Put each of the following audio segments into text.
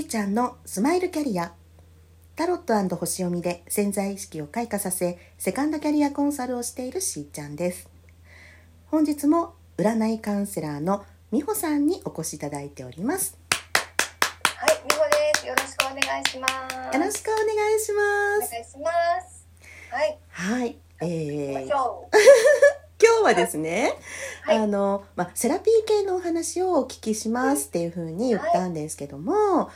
ーちゃんのスマイルキャリア。タロット&星読みで潜在意識を開花させ、セカンドキャリアコンサルをしているしーちゃんです。本日も占いカウンセラーの美穂さんにお越しいただいております。 はい、美穂です。よろしくお願いします。 よろしくお願いします。 お願いします。はい。 はい。 行きましょう。 今日はですね、 はい、 セラピー系のお話をお聞きしますっていうふうに言ったんですけども、 はい、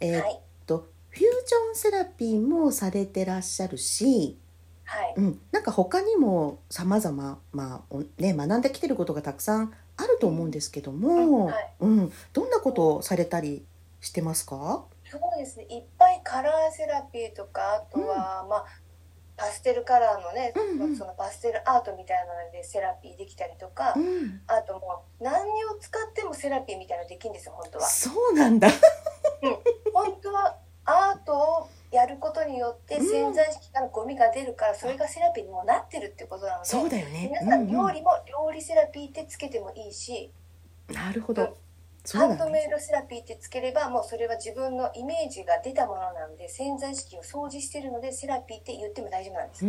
フュージョンセラピーもされてらっしゃるし、 はい、 なんか他にも様々、学んできてることがたくさんあると思うんですけども、 はい。 どんなことをされたりしてますか？ そうですね。いっぱいカラーセラピーとか、あとは、パステルカラーのね、そのパステルアートみたいなのでセラピーできたりとか、あともう何を使ってもセラピーみたいなのできるんですよ、本当は。 そうなんだ。 本当はアートをやることによって潜在意識からゴミが出るから、それがセラピーにもなってるってことなので、 そうだよね。 皆さん料理も料理セラピーってつけてもいいし、 なるほど。 ハンドメイドセラピーってつければもうそれは自分のイメージが出たものなので、潜在意識を掃除してるのでセラピーって言っても大丈夫なんです。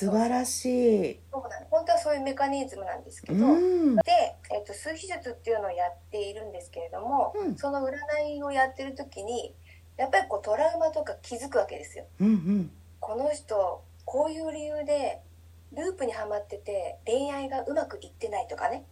素晴らしい。 そうなの。本当はそういうメカニズムなんですけど、で、数秘術っていうのをやっているんですけれども、その占いをやってる時にやっぱりトラウマとか気づくわけですよ。この人こういう理由でループにはまってて恋愛がうまくいってないとかね、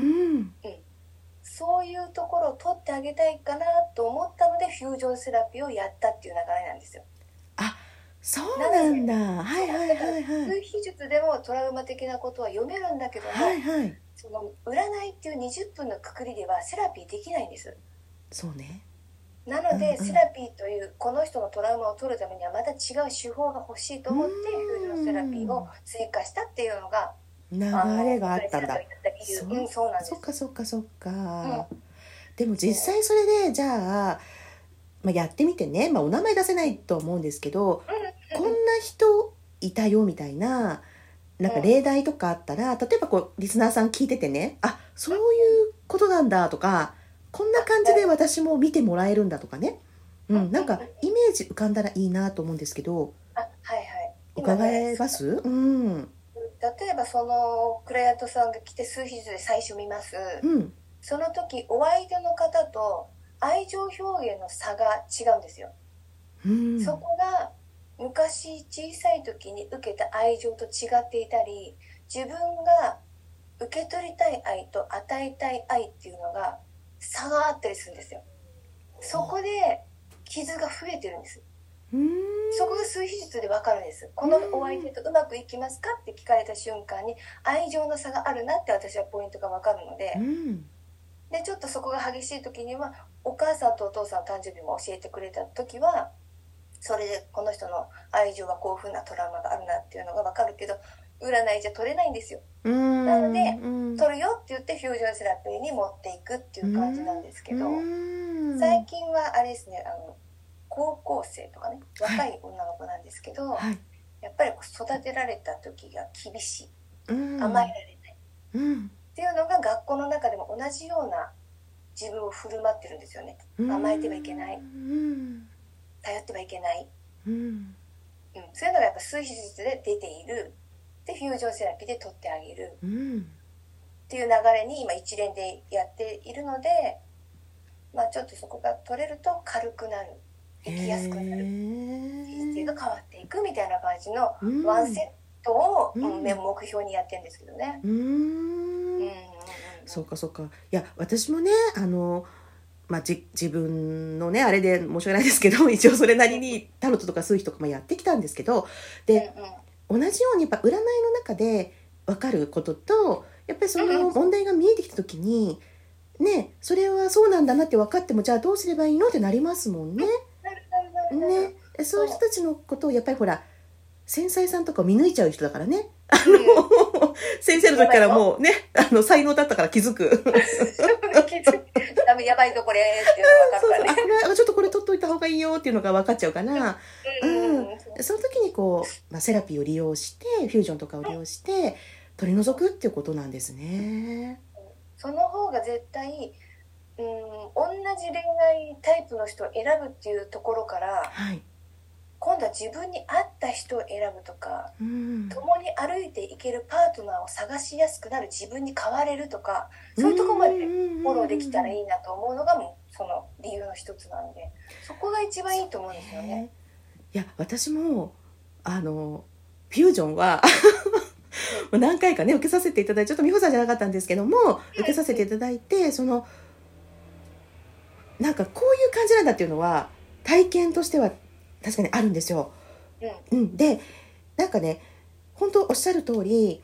そういうところを取ってあげたいかなと思ったのでフュージョンセラピーをやったっていう流れなんですよ。 あ、そうなんだ。はいはいはいはい。 数秘術でもトラウマ的なことは読めるんだけども、その占いっていう20分のくくりではセラピーできないんです。 そうね。 なので、セラピーというこの人のトラウマを取るためにはまた違う手法が欲しいと思ってフュージョンセラピーを追加したっていうのが流れがあったんだ。 そうなんです。 そっか、でも実際それでじゃあ、やってみてね、お名前出せないと思うんですけど、こんな人いたよみたいな、なんか例題とかあったら、例えばリスナーさん聞いててね、あ、そういうことなんだとか、こんな感じで私も見てもらえるんだとかね、なんかイメージ浮かんだらいいなと思うんですけど、伺えます？ 例えばそのクライアントさんが来て数日で最初見ます、その時お相手の方と愛情表現の差が違うんですよ。そこが昔小さい時に受けた愛情と違っていたり、自分が受け取りたい愛と与えたい愛っていうのが差があったりするんですよ。そこで傷が増えてるんです。そこが数秘術で分かるんです。このお相手とうまくいきますかって聞かれた瞬間に愛情の差があるなって私はポイントが分かるので、でちょっとそこが激しい時にはお母さんとお父さんの誕生日も教えてくれた時は、それでこの人の愛情はこういう風なトラウマがあるなっていうのが分かるけど、占いじゃ取れないんですよ。なので取るよって言ってフュージョンセラピーに持っていくっていう感じなんですけど、最近はあれですね、高校生とかね、若い女の子なんですけど、やっぱり育てられた時が厳しい、甘えられない、っていうのが学校の中でも同じような自分を振る舞ってるんですよね。甘えてはいけない、頼ってはいけない、そういうのがやっぱ数秘術で出ている。でフュージョンセラピーで取ってあげる、っていう流れに今一連でやっているので、ちょっとそこが取れると軽くなる、生きやすくなる、人生が変わっていくみたいな感じのワンセットを、目標にやってるんですけどね。 そうか。いや、私もね、自分のねあれで申し訳ないですけど、一応それなりにタロットとか数秘とかもやってきたんですけど、で、同じようにやっぱ占いの中で分かることと、やっぱりその問題が見えてきた時にね、それはそうなんだなって分かっても、じゃあどうすればいいのってなりますもんね。そういう人たちのことをやっぱりほら、繊細さんとか見抜いちゃう人だからね。先生の時からもうね、才能だったから気づく。 やばいぞこれっていうのが分かるからね。 ちょっとこれ取っといた方がいいよっていうのが分かっちゃうから、その時にセラピーを利用して、フュージョンとかを利用して取り除くっていうことなんですね。 その方が絶対同じ恋愛タイプの人を選ぶっていうところから、 はい、 今度は自分に合った人を選ぶとか、共に歩いていけるパートナーを探しやすくなる自分に変われるとか、そういうところまでフォローできたらいいなと思うのがその理由の一つなんで、そこが一番いいと思うんですよね。 いや私もフュージョンは何回かね受けさせていただいて、ちょっと美穂さんじゃなかったんですけども、受けさせていただいて、なんかこういう感じなんだっていうのは体験としては確かにあるんですよ。でなんかね、本当おっしゃる通り、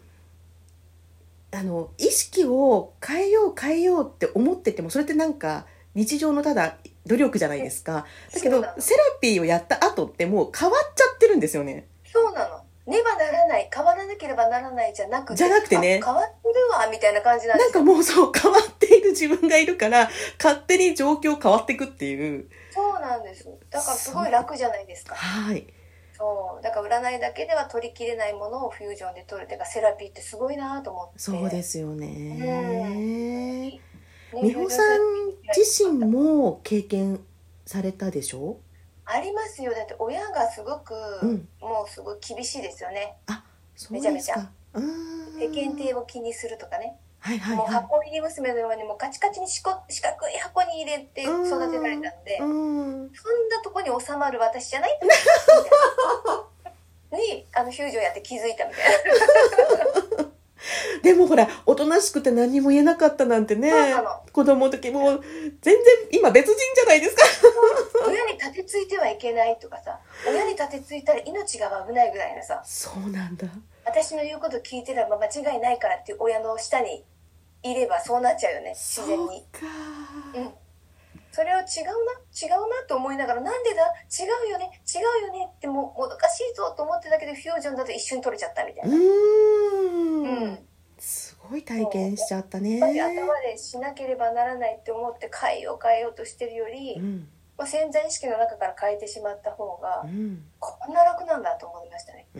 意識を変えようって思ってても、それってなんか日常のただ努力じゃないですか。だけどセラピーをやった後ってもう変わっちゃってるんですよね。 そうなの。ねばならない、変わらなければならないじゃなくてね、変わってるわみたいな感じなんですよ。 なんかもうそう変わっている自分がいるから勝手に状況変わっていくっていう。 そうなんです。だからすごい楽じゃないですか。 はい。 そうだから占いだけでは取りきれないものをフュージョンで取る。てかセラピーってすごいなと思って。 そうですよね。美穂さん自身も経験されたでしょ？ ありますよ。だって親がすごく、もうすごい厳しいですよね。 あ、そうですか。 めちゃめちゃ世間体を気にするとかね。 はいはいはい、 もう箱入り娘のようにもうカチカチに四角い箱に入れて育てられたので、そんなとこに収まる私じゃないってにフュージョンやって気づいたみたいな。 でもほらおとなしくて何も言えなかったなんてね、子供の時もう全然今別人じゃないですか。 親に立てついてはいけないとかさ、親に立てついたら命が危ないぐらいのさ。 そうなんだ。 私の言うこと聞いてれば間違いないからっていう親の下にいればそうなっちゃうよね、自然に。 そうか。 それを違うなと思いながら、なんでだ、違うよねってもどかしいぞと思ってたけど、フュージョンだと一瞬取れちゃったみたいな。 すごい体験しちゃったね。 頭でしなければならないって思って変えようとしてるより、潜在意識の中から変えてしまった方が、こんな楽なんだと思いましたね。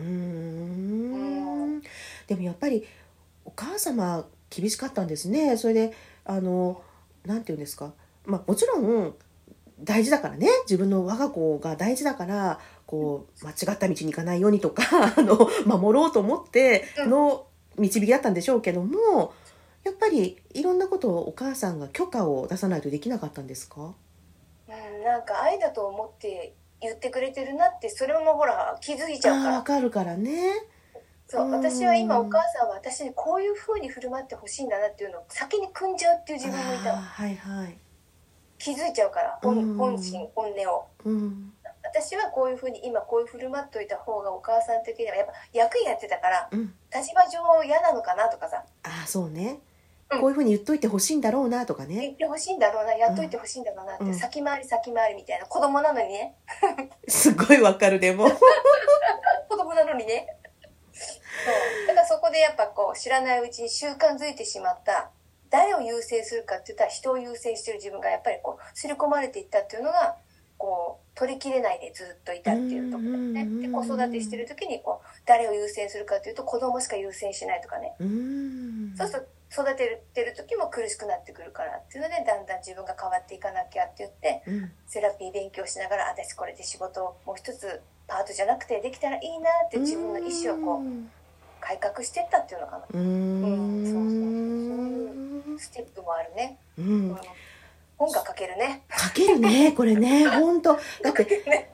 でもやっぱりお母様厳しかったんですね。それでなんていうんですか、もちろん大事だからね、自分の我が子が大事だからこう間違った道に行かないようにとか守ろうと思っての導きだったんでしょうけども、やっぱりいろんなことをお母さんが許可を出さないとできなかったんですか？ なんか愛だと思って言ってくれてるなって、それもほら気づいちゃうから。 分かるからね。 そう、私は今お母さんは私にこういう風に振る舞ってほしいんだなっていうのを先に汲んじゃうっていう自分もいたの。 はいはい、 気づいちゃうから本心本音を、私はこういう風に今こういう振る舞っといた方がお母さん的にはやっぱ役員やってたから、立場上嫌なのかなとかさ。 そうね、こういう風に言っといてほしいんだろうなとかね、 言ってほしいんだろうな、やっといてほしいんだろうなって、先回りみたいな、子供なのにね。 すごいわかる。でも子供なのにね。そうだからそこでやっぱこう知らないうちに習慣づいてしまった、誰を優先するかって言ったら人を優先してる自分がやっぱりこう刷り込まれていったっていうのが、こう取りきれないでずっといたっていうところですね。で子育てしてる時にこう誰を優先するかっていうと子供しか優先しないとかね。そうすると育ててる時も苦しくなってくるからっていうので、だんだん自分が変わっていかなきゃって言って、セラピー勉強しながら、私これで仕事をもう一つパートじゃなくてできたらいいなって自分の意思をこう改革していったっていうのかな。そういうステップもあるね。本が書けるね。 書けるねこれね本当だって、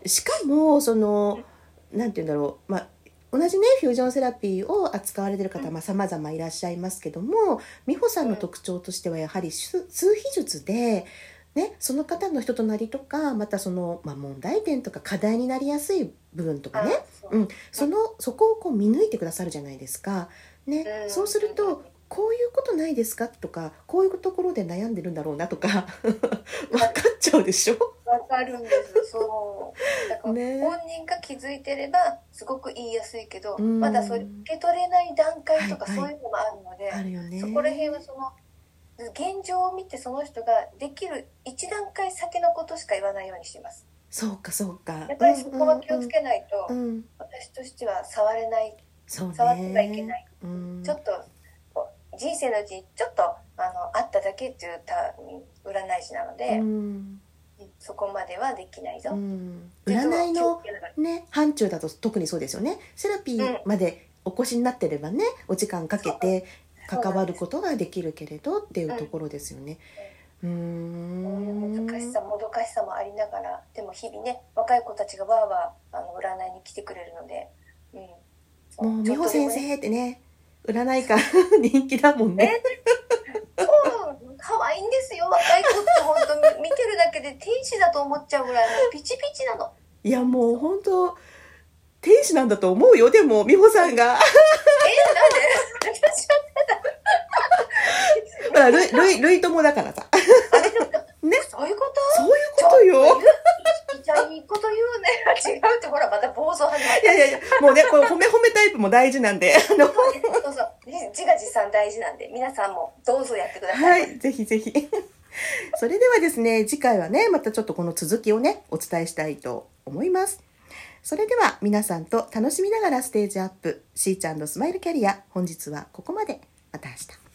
しかもなんていうんだろう、同じねフュージョンセラピーを扱われている方様々いらっしゃいますけども、美穂さんの特徴としてはやはり数秘術で、ね、その方の人となりとか、また問題点とか課題になりやすい部分とかね、そこをこう見抜いてくださるじゃないですか、ね、そうするとこういうことないですかとか、こういうところで悩んでるんだろうなとか分かっちゃうでしょ。 分かるんです。そうだから本人が気づいてればすごく言いやすいけど、まだそれ受け取れない段階とかそういうのもあるので、 あるよね。 そこら辺は現状を見てその人ができる一段階先のことしか言わないようにしてます。 そうかやっぱりそこは気をつけないと、私としては触れない、触ってはいけない、ちょっと人生のうちにちょっとあっただけっていう占い師なので、そこまではできないぞ、 占いのね範疇だと特にそうですよね。セラピーまでお越しになってればね、お時間かけて関わることができるけれどっていうところですよね。 そういう難しさもどかしさもありながら、でも日々ね若い子たちがわーわー占いに来てくれるので、 もう美穂先生ってね、占いから人気だもんね。 そう可愛いんですよ、若い子って本当見てるだけで天使だと思っちゃうぐらいもうピチピチなの。 いやもう本当天使なんだと思うよ。でも美穂さんがなんで私は類友だからさね、そういうことそういうことよ。 いいこと言うね。違うってほらまた暴走始まった。 いやもうねこれ褒めタイプも大事なんでそう自画自賛大事なんで皆さんもどうぞやってください。はい、ぜひぜひそれではですね、次回はねまたちょっとこの続きをねお伝えしたいと思います。それでは皆さんと楽しみながらステージアップ、しーちゃんのスマイルキャリア、本日はここまで。また明日。